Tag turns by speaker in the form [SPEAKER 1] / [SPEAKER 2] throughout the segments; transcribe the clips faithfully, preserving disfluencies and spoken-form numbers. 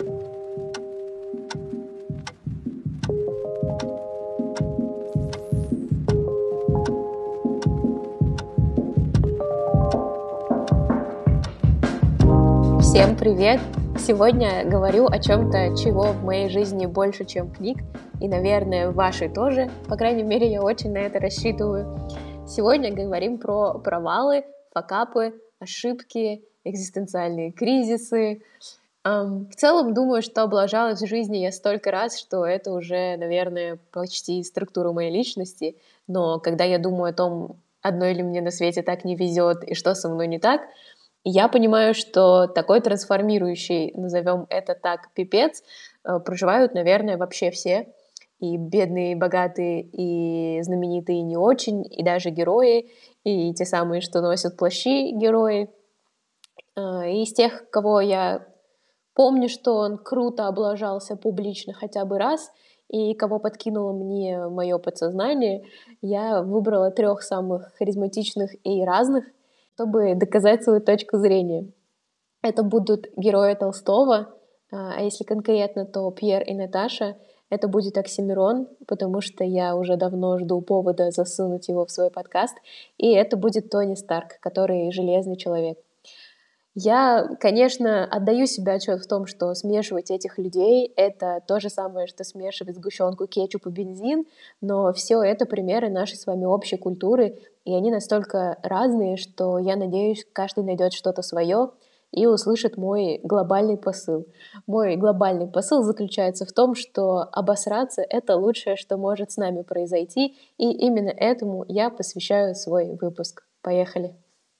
[SPEAKER 1] Всем привет! Сегодня говорю о чем-то, чего в моей жизни больше, чем книг, и, наверное, в вашей тоже. По крайней мере, я очень на это рассчитываю. Сегодня говорим про провалы, факапы, ошибки, экзистенциальные кризисы. Эм, В целом, думаю, что облажалась в жизни я столько раз, что это уже, наверное, почти структура моей личности. Но когда я думаю о том, одной ли мне на свете так не везет и что со мной не так, я понимаю, что такой трансформирующий, назовем это так, пипец, э, проживают, наверное, вообще все. И бедные, и богатые, и знаменитые, и не очень, и даже герои, и те самые, что носят плащи, герои. Э, И из тех, кого я помню, что он круто облажался публично хотя бы раз, и кого подкинуло мне мое подсознание, я выбрала трех самых харизматичных и разных, чтобы доказать свою точку зрения. Это будут герои Толстого, а а если конкретно, то Пьер и Наташа. Это будет Оксимирон, потому что я уже давно жду повода засунуть его в свой подкаст. И это будет Тони Старк, который Железный человек. Я, конечно, отдаю себе отчет в том, что смешивать этих людей — это то же самое, что смешивать сгущенку, кетчуп и бензин, но все это примеры нашей с вами общей культуры, и они настолько разные, что я надеюсь, каждый найдет что-то свое и услышит мой глобальный посыл. Мой глобальный посыл заключается в том, что обосраться — это лучшее, что может с нами произойти, и именно этому я посвящаю свой выпуск. Поехали!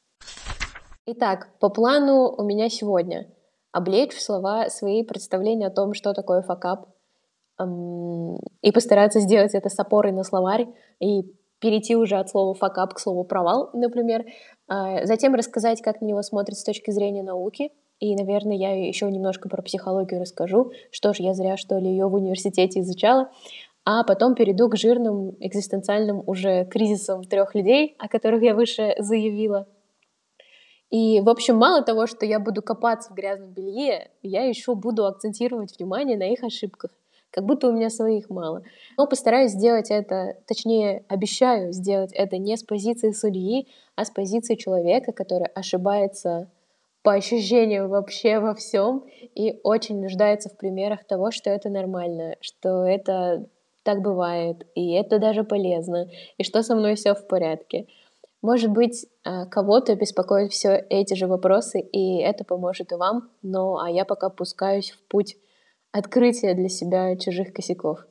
[SPEAKER 1] Итак, по плану у меня сегодня облечь в слова свои представления о том, что такое факап, эм, и постараться сделать это с опорой на словарь и перейти уже от слова факап к слову провал, например. А, Затем рассказать, как на него смотрят с точки зрения науки. И, наверное, я еще немножко про психологию расскажу. Что ж, я зря, что ли, ее в университете изучала. А потом перейду к жирным экзистенциальным уже кризисам трех людей, о которых я выше заявила. И, в общем, мало того, что я буду копаться в грязном белье, я еще буду акцентировать внимание на их ошибках. Как будто у меня своих мало. Но постараюсь сделать это, точнее, обещаю сделать это не с позиции судьи, а с позиции человека, который ошибается по ощущениям вообще во всем и очень нуждается в примерах того, что это нормально, что это так бывает, и это даже полезно, и что со мной все в порядке. Может быть, э, кого-то беспокоят все эти же вопросы, и это поможет и вам. Ну, а я пока пускаюсь в путь открытия для себя чужих косяков.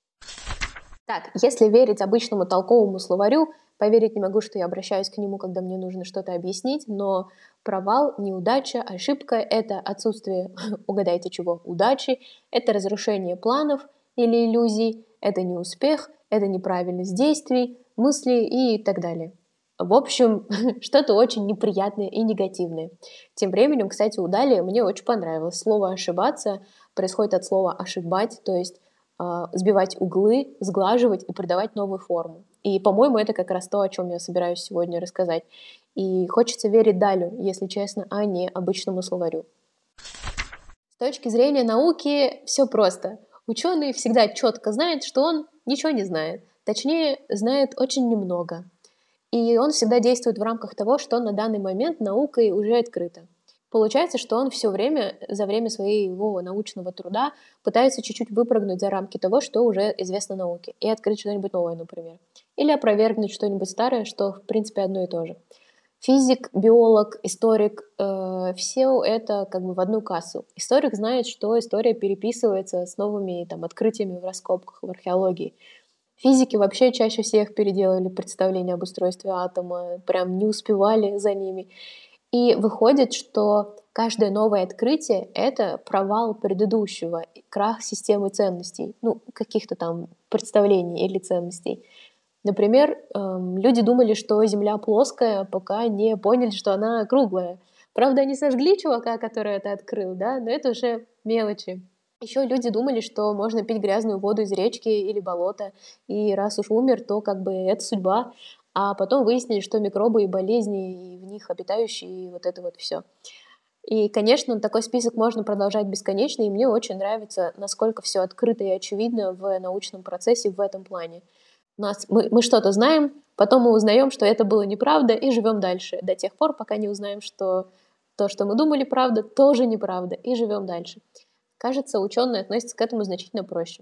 [SPEAKER 1] Так, если верить обычному толковому словарю, поверить не могу, что я обращаюсь к нему, когда мне нужно что-то объяснить, но провал, неудача, ошибка — это отсутствие, угадайте чего, удачи, это разрушение планов или иллюзий, это неуспех, это неправильность действий, мыслей и так далее. В общем, что-то очень неприятное и негативное. Тем временем, кстати, у Дали мне очень понравилось. Слово «ошибаться» происходит от слова «ошибать», то есть а, сбивать углы, сглаживать и придавать новую форму. И, по-моему, это как раз то, о чем я собираюсь сегодня рассказать. И хочется верить Далю, если честно, а не обычному словарю. С точки зрения науки все просто. Ученый всегда четко знает, что он ничего не знает. Точнее, знает очень немного. И он всегда действует в рамках того, что на данный момент наукой уже открыто. Получается, что он все время, за время своего научного труда пытается чуть-чуть выпрыгнуть за рамки того, что уже известно науке, и открыть что-нибудь новое, например. Или опровергнуть что-нибудь старое, что, в принципе, одно и то же. Физик, биолог, историк э, все это как бы в одну кассу. Историк знает, что история переписывается с новыми там, открытиями в раскопках, в археологии. Физики вообще чаще всех переделали представление об устройстве атома, прям не успевали за ними. И выходит, что каждое новое открытие — это провал предыдущего, крах системы ценностей, ну, каких-то там представлений или ценностей. Например, эм, люди думали, что Земля плоская, пока не поняли, что она круглая. Правда, они сожгли чувака, который это открыл, да, но это уже мелочи. Еще люди думали, что можно пить грязную воду из речки или болота, и раз уж умер, то как бы это судьба. А потом выяснили, что микробы и болезни, и в них обитающие, и вот это вот все. И, конечно, такой список можно продолжать бесконечно, и мне очень нравится, насколько все открыто и очевидно в научном процессе в этом плане. У нас, мы, мы что-то знаем, потом мы узнаем, что это было неправда, и живем дальше до тех пор, пока не узнаем, что то, что мы думали правда, тоже неправда, и живем дальше. Кажется, ученые относятся к этому значительно проще.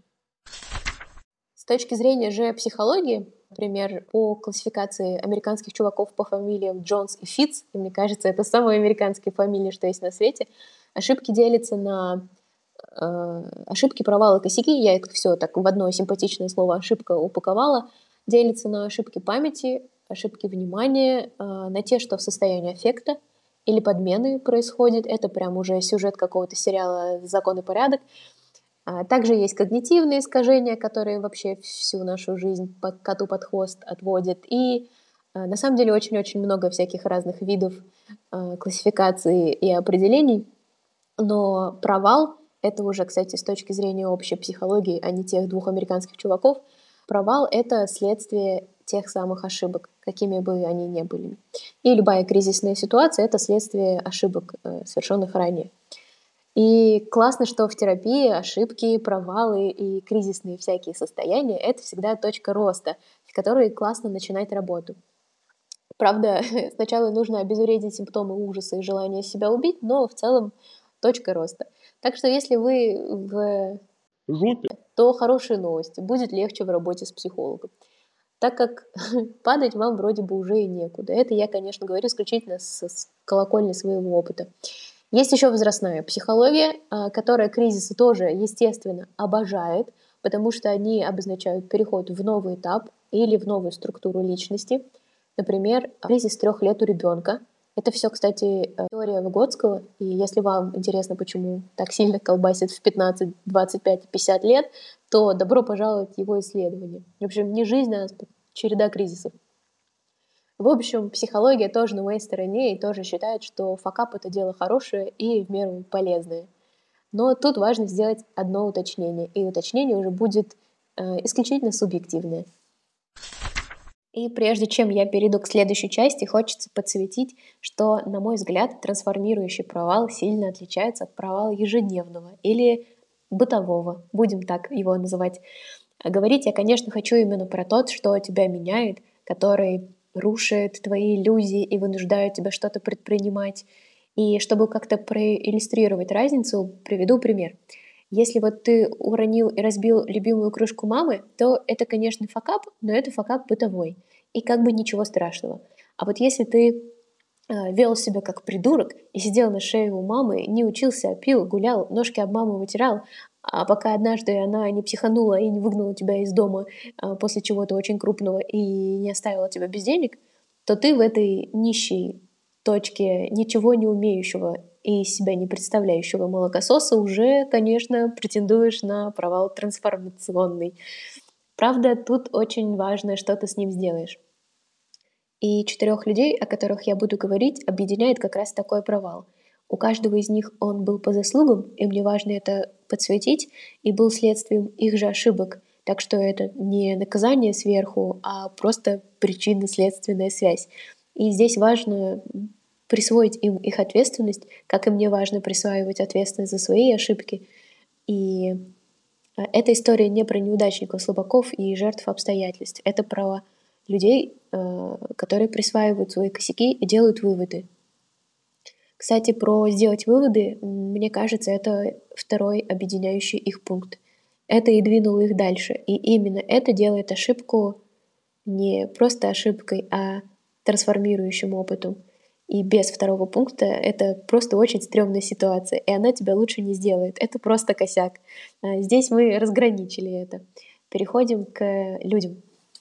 [SPEAKER 1] С точки зрения же психологии, например, по классификации американских чуваков по фамилиям Джонс и Фитц, и мне кажется, это самые американские фамилии, что есть на свете, ошибки делятся на э, ошибки, провалы, косяки. Я это все так в одно симпатичное слово «ошибка» упаковала. Делятся на ошибки памяти, ошибки внимания, э, на те, что в состоянии аффекта или подмены происходит. Это прям уже сюжет какого-то сериала «Закон и порядок». Также есть когнитивные искажения, которые вообще всю нашу жизнь под коту под хвост отводят. И на самом деле очень-очень много всяких разных видов классификаций и определений. Но провал — это уже, кстати, с точки зрения общей психологии, а не тех двух американских чуваков, провал — это следствие тех самых ошибок, какими бы они ни были. И любая кризисная ситуация — это следствие ошибок, совершенных ранее. И классно, что в терапии ошибки, провалы и кризисные всякие состояния — это всегда точка роста, с которой классно начинать работу. Правда, сначала нужно обезвредить симптомы ужаса и желание себя убить, но в целом точка роста. Так что если вы в жопе, то хорошие новости. Будет легче в работе с психологом. Так как падать вам вроде бы уже и некуда. Это я, конечно, говорю исключительно с колокольни своего опыта. Есть еще возрастная психология, которая кризисы тоже, естественно, обожает, потому что они обозначают переход в новый этап или в новую структуру личности. Например, кризис трех лет у ребенка. Это все, кстати, теория Выгодского. И если вам интересно, почему так сильно колбасит в пятнадцать, двадцать пять, пятьдесят лет, то добро пожаловать в его исследование. В общем, не жизнь, а череда кризисов. В общем, психология тоже на моей стороне и тоже считает, что факап — это дело хорошее и в меру полезное. Но тут важно сделать одно уточнение, и уточнение уже будет э, исключительно субъективное. И прежде чем я перейду к следующей части, хочется подсветить, что, на мой взгляд, трансформирующий провал сильно отличается от провала ежедневного или бытового, будем так его называть. А говорить я, конечно, хочу именно про тот, что тебя меняет, который рушит твои иллюзии и вынуждает тебя что-то предпринимать. И чтобы как-то проиллюстрировать разницу, приведу пример. Если вот ты уронил и разбил любимую кружку мамы, то это, конечно, факап, но это факап бытовой. И как бы ничего страшного. А вот если ты э, вел себя как придурок и сидел на шее у мамы, не учился, а пил, гулял, ножки об маму вытирал, а пока однажды она не психанула и не выгнала тебя из дома э, после чего-то очень крупного и не оставила тебя без денег, то ты в этой нищей точке ничего не умеющего и из себя не представляющего молокососа уже, конечно, претендуешь на провал трансформационный. Правда, тут очень важно, что ты с ним сделаешь. И четырех людей, о которых я буду говорить, объединяет как раз такой провал. У каждого из них он был по заслугам, и мне важно это подсветить, и был следствием их же ошибок. Так что это не наказание сверху, а просто причинно-следственная связь. И здесь важно присвоить им их ответственность, как и мне важно присваивать ответственность за свои ошибки. И эта история не про неудачников, слабаков и жертв обстоятельств. Это про людей, которые присваивают свои косяки и делают выводы. Кстати, про сделать выводы, мне кажется, это второй объединяющий их пункт. Это и двинуло их дальше. И именно это делает ошибку не просто ошибкой, а трансформирующим опытом. И без второго пункта это просто очень стрёмная ситуация, и она тебя лучше не сделает. Это просто косяк. Здесь мы разграничили это. Переходим к людям.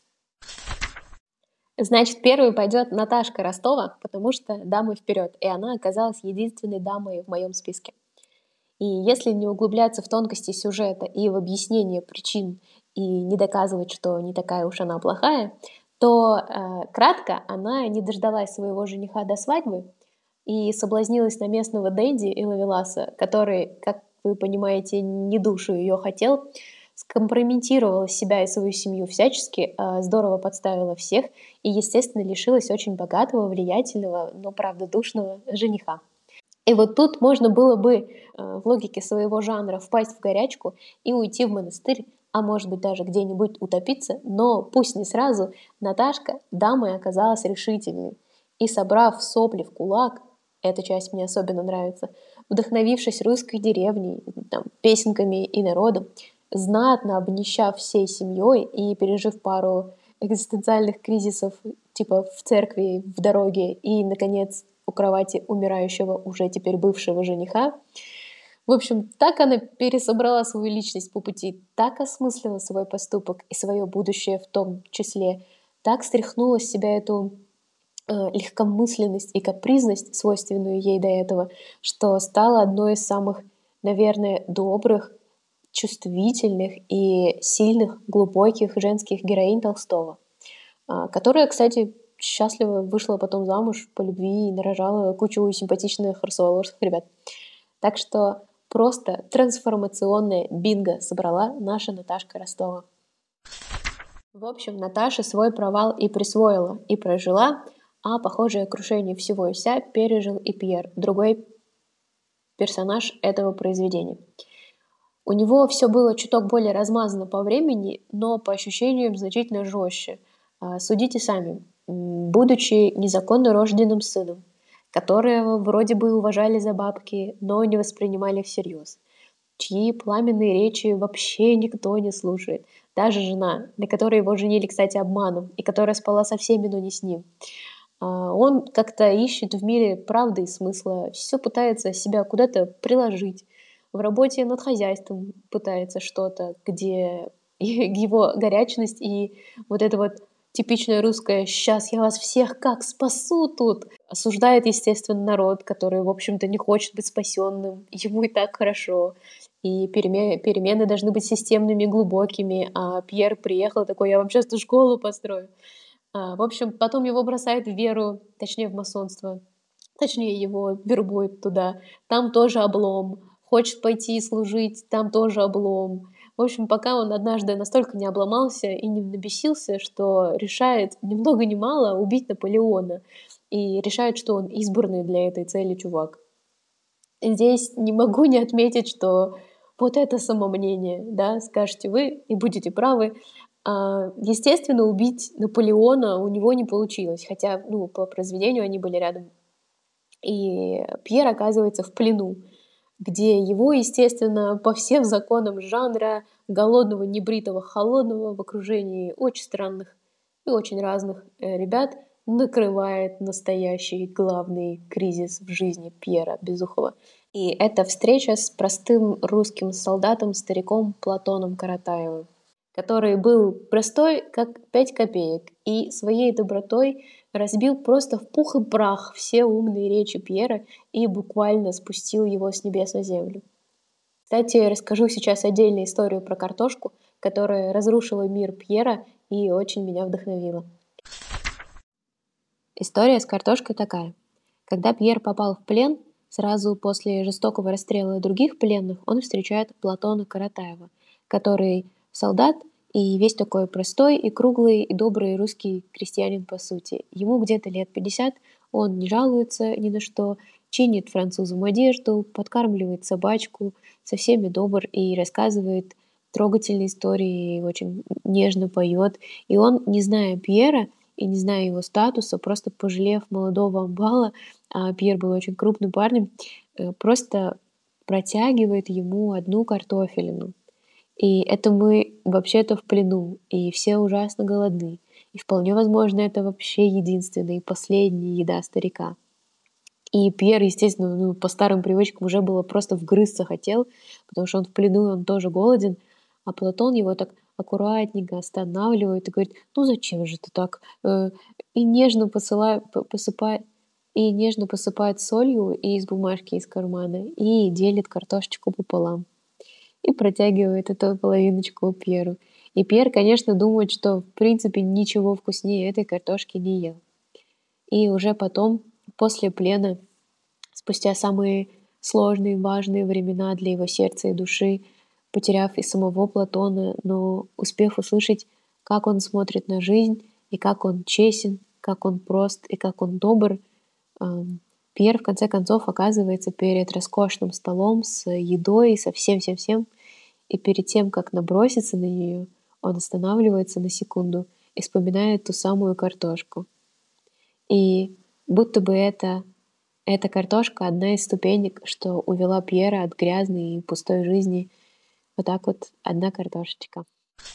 [SPEAKER 1] Значит, первой пойдет Наташка Ростова, потому что дамы вперед, и она оказалась единственной дамой в моем списке. И если не углубляться в тонкости сюжета и в объяснение причин и не доказывать, что не такая уж она плохая, то э, кратко она не дождалась своего жениха до свадьбы и соблазнилась на местного Дэнди и Ловеласа, который, как вы понимаете, не душу ее хотел, скомпрометировала себя и свою семью всячески, э, здорово подставила всех и, естественно, лишилась очень богатого, влиятельного, но правда душного жениха. И вот тут можно было бы э, в логике своего жанра впасть в горячку и уйти в монастырь, а может быть даже где-нибудь утопиться, но пусть не сразу, Наташка дамой оказалась решительной. И собрав сопли в кулак, эта часть мне особенно нравится, вдохновившись русской деревней, там, песенками и народом, знатно обнищав всей семьей и пережив пару экзистенциальных кризисов типа в церкви, в дороге и, наконец, у кровати умирающего уже теперь бывшего жениха. В общем, так она пересобрала свою личность по пути, так осмыслила свой поступок и свое будущее в том числе, так стряхнула с себя эту э, легкомысленность и капризность, свойственную ей до этого, что стала одной из самых, наверное, добрых, чувствительных и сильных, глубоких женских героинь Толстого, а, которая, кстати, счастливо вышла потом замуж по любви и нарожала кучу симпатичных русоволосых ребят. Так что просто трансформационное бинго собрала наша Наташка Ростова. В общем, Наташа свой провал и присвоила, и прожила, а похожее крушение всего и вся пережил и Пьер, другой персонаж этого произведения. У него все было чуток более размазано по времени, но по ощущениям значительно жестче. А, Судите сами. М, Будучи незаконно рожденным сыном, которого вроде бы уважали за бабки, но не воспринимали всерьез, чьи пламенные речи вообще никто не слушает, даже жена, на которой его женили, кстати, обманом, и которая спала со всеми, но не с ним. А, Он как-то ищет в мире правды и смысла, все пытается себя куда-то приложить. В работе над хозяйством пытается что-то, где его горячность и вот это вот типичное русское «сейчас я вас всех как спасу тут» осуждает, естественно, народ, который, в общем-то, не хочет быть спасенным, ему и так хорошо. И переме- перемены должны быть системными, глубокими, а Пьер приехал такой, я вам сейчас ту школу построю. А, в общем, потом его бросают в веру, точнее, в масонство. Точнее, его вербуют туда. Там тоже облом. Хочет пойти служить, там тоже облом. В общем, пока он однажды настолько не обломался и не набесился, что решает ни много ни мало убить Наполеона. И решает, что он избранный для этой цели чувак. Здесь не могу не отметить, что вот это самомнение, да, скажете вы, и будете правы. А, Естественно, убить Наполеона у него не получилось, хотя, ну, по произведению они были рядом. И Пьер оказывается в плену, где его, естественно, по всем законам жанра голодного, небритого, холодного в окружении очень странных и очень разных э, ребят накрывает настоящий главный кризис в жизни Пьера Безухова. И это встреча с простым русским солдатом-стариком Платоном Каратаевым, который был простой, как пять копеек, и своей добротой разбил просто в пух и прах все умные речи Пьера и буквально спустил его с небес на землю. Кстати, расскажу сейчас отдельную историю про картошку, которая разрушила мир Пьера и очень меня вдохновила. История с картошкой такая. Когда Пьер попал в плен, сразу после жестокого расстрела других пленных он встречает Платона Каратаева, который солдат и весь такой простой и круглый и добрый русский крестьянин по сути. Ему где-то лет пятьдесят, он не жалуется ни на что, чинит французам одежду, подкармливает собачку, со всеми добр и рассказывает трогательные истории, и очень нежно поет. И он, не зная Пьера, и не зная его статуса, просто пожалев молодого амбала, а Пьер был очень крупным парнем, э, просто протягивает ему одну картофелину. И это мы вообще-то в плену, и все ужасно голодны. И вполне возможно, это вообще единственная и последняя еда старика. И Пьер, естественно, ну, по старым привычкам уже было просто вгрызться хотел, потому что он в плену, и он тоже голоден. А Платон его так аккуратненько останавливает и говорит, ну зачем же ты так? Э, И нежно посылает, посыпает, и нежно посыпает солью из бумажки из кармана и делит картошечку пополам. И протягивает эту половиночку Пьеру. И Пьер, конечно, думает, что в принципе ничего вкуснее этой картошки не ел. И уже потом, после плена, спустя самые сложные, важные времена для его сердца и души, потеряв и самого Платона, но успев услышать, как он смотрит на жизнь, и как он честен, как он прост, и как он добр, ам, Пьер в конце концов оказывается перед роскошным столом с едой, со всем-всем-всем, и перед тем, как наброситься на нее, он останавливается на секунду и вспоминает ту самую картошку. И будто бы это, эта картошка одна из ступенек, что увела Пьера от грязной и пустой жизни. Вот так вот одна картошечка.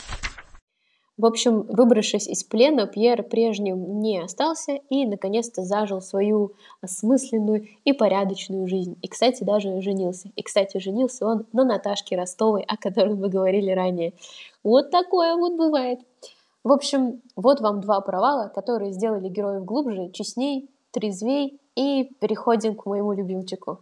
[SPEAKER 1] В общем, выбравшись из плена, Пьер прежним не остался и, наконец-то, зажил свою осмысленную и порядочную жизнь. И, кстати, даже женился. И, кстати, женился он на Наташке Ростовой, о которой мы говорили ранее. Вот такое вот бывает. В общем, вот вам два провала, которые сделали героев глубже, честней, трезвей. И переходим к моему любимчику.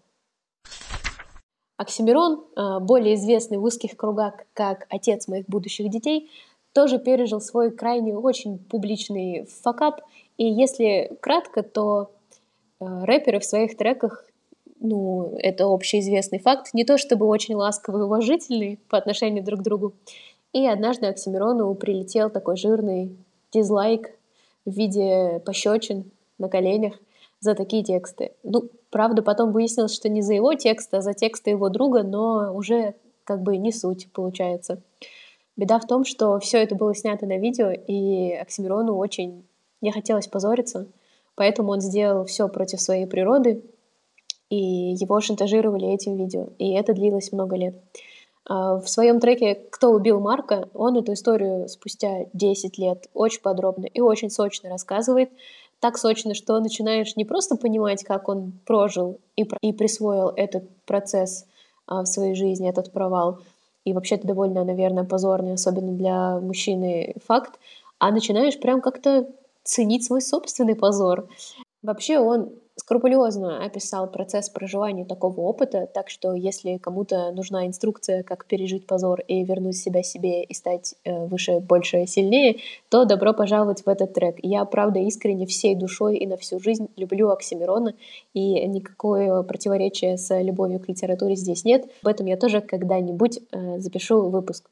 [SPEAKER 1] Оксимирон, более известный в узких кругах как отец моих будущих детей, тоже пережил свой крайне очень публичный факап. И если кратко, то э, рэперы в своих треках, ну, это общеизвестный факт, не то чтобы очень ласковые и уважительные по отношению друг к другу. И однажды Оксимирону прилетел такой жирный дизлайк в виде пощечин на коленях за такие тексты. Ну, правда, потом выяснилось, что не за его текст, а за тексты его друга, но уже как бы не суть получается. Беда в том, что все это было снято на видео, и Оксимирону очень не хотелось позориться, поэтому он сделал все против своей природы, и его шантажировали этим видео, и это длилось много лет. В своем треке «Кто убил Марка» он эту историю спустя десять лет очень подробно и очень сочно рассказывает. Так сочно, что начинаешь не просто понимать, как он прожил и, и присвоил этот процесс в своей жизни, этот провал, и вообще-то довольно, наверное, позорный, особенно для мужчины, факт, а начинаешь прям как-то ценить свой собственный позор. Вообще он скрупулезно описал процесс проживания такого опыта, так что если кому-то нужна инструкция, как пережить позор и вернуть себя себе и стать э, выше, больше, сильнее, то добро пожаловать в этот трек. Я, правда, искренне всей душой и на всю жизнь люблю Оксимирона, и никакое противоречия с любовью к литературе здесь нет. Об этом я тоже когда-нибудь э, запишу выпуск.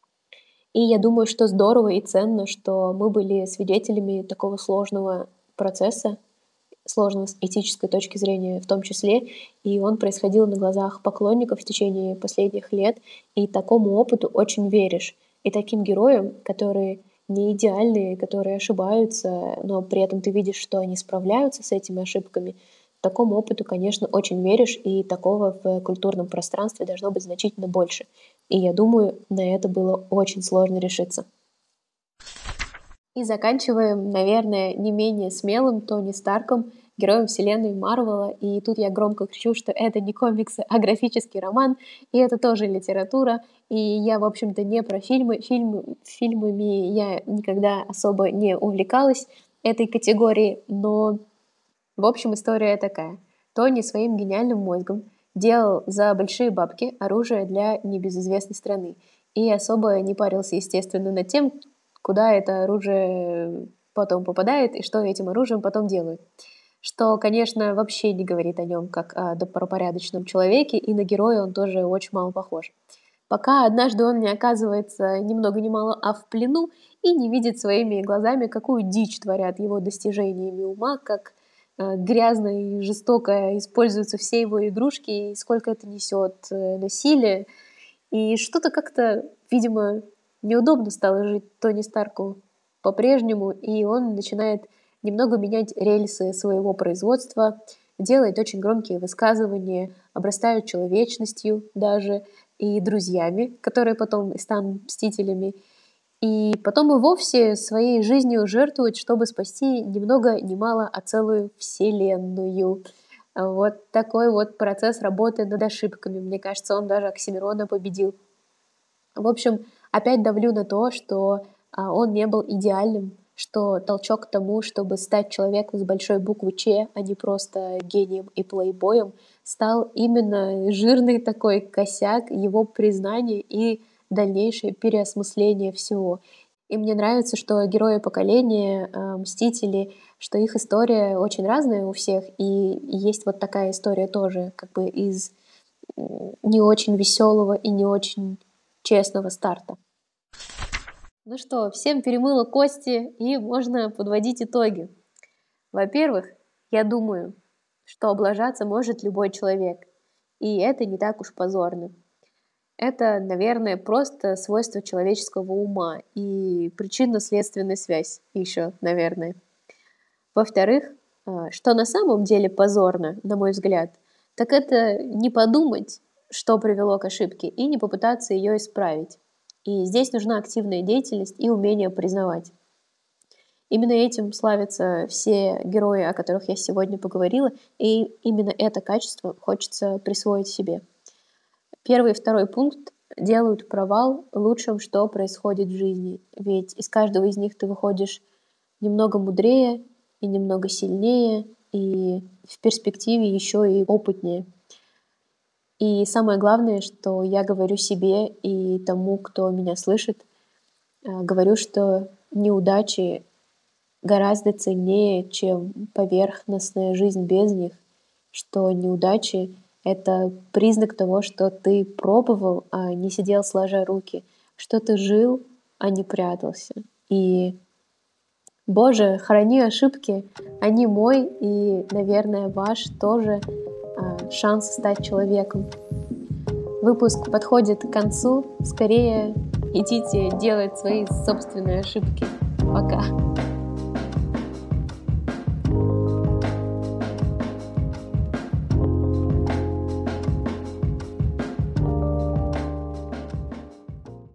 [SPEAKER 1] И я думаю, что здорово и ценно, что мы были свидетелями такого сложного процесса, сложно с этической точки зрения в том числе, и он происходил на глазах поклонников в течение последних лет, и такому опыту очень веришь. И таким героям, которые не идеальные, которые ошибаются, но при этом ты видишь, что они справляются с этими ошибками, такому опыту, конечно, очень веришь, и такого в культурном пространстве должно быть значительно больше. И я думаю, на это было очень сложно решиться. И заканчиваем, наверное, не менее смелым Тони Старком, героем вселенной Марвела. И тут я громко кричу, что это не комиксы, а графический роман, и это тоже литература. И я, в общем-то, не про фильмы. Фильмы, фильмами я никогда особо не увлекалась этой категорией, но, в общем, история такая. Тони своим гениальным мозгом делал за большие бабки оружие для небезызвестной страны. И особо не парился, естественно, над тем, куда это оружие потом попадает и что этим оружием потом делают. Что, конечно, вообще не говорит о нем как о добропорядочном человеке, и на героя он тоже очень мало похож. Пока однажды он не оказывается ни много ни мало, а в плену, и не видит своими глазами, какую дичь творят его достижениями ума, как э, грязно и жестоко используются все его игрушки, и сколько это несет э, насилия. И что-то как-то, видимо, неудобно стало жить Тони Старку по-прежнему, и он начинает немного менять рельсы своего производства, делает очень громкие высказывания, обрастает человечностью даже, и друзьями, которые потом станут мстителями, и потом и вовсе своей жизнью жертвует, чтобы спасти ни много ни мало, а целую вселенную. Вот такой вот процесс работы над ошибками. Мне кажется, он даже Оксимирона победил. В общем, опять давлю на то, что а, он не был идеальным, что толчок к тому, чтобы стать человеком с большой буквы Ч, а не просто гением и плейбоем, стал именно жирный такой косяк его признания и дальнейшее переосмысление всего. И мне нравится, что герои поколения, э, мстители, что их история очень разная у всех, и есть вот такая история тоже как бы из не очень веселого и не очень честного старта. Ну что, всем перемыло кости, и можно подводить итоги. Во-первых, я думаю, что облажаться может любой человек, и это не так уж позорно. Это, наверное, просто свойство человеческого ума и причинно-следственная связь еще, наверное. Во-вторых, что на самом деле позорно, на мой взгляд, так это не подумать, что привело к ошибке, и не попытаться ее исправить. И здесь нужна активная деятельность и умение признавать. Именно этим славятся все герои, о которых я сегодня поговорила, и именно это качество хочется присвоить себе. Первый и второй пункт делают провал лучшим, что происходит в жизни, ведь из каждого из них ты выходишь немного мудрее и немного сильнее, и в перспективе еще и опытнее. И самое главное, что я говорю себе и тому, кто меня слышит, говорю, что неудачи гораздо ценнее, чем поверхностная жизнь без них, что неудачи — это признак того, что ты пробовал, а не сидел сложа руки, что ты жил, а не прятался. И, Боже, храни ошибки, они мой и, наверное, ваш тоже а, шанс стать человеком. Выпуск подходит к концу. Скорее идите делать свои собственные ошибки. Пока.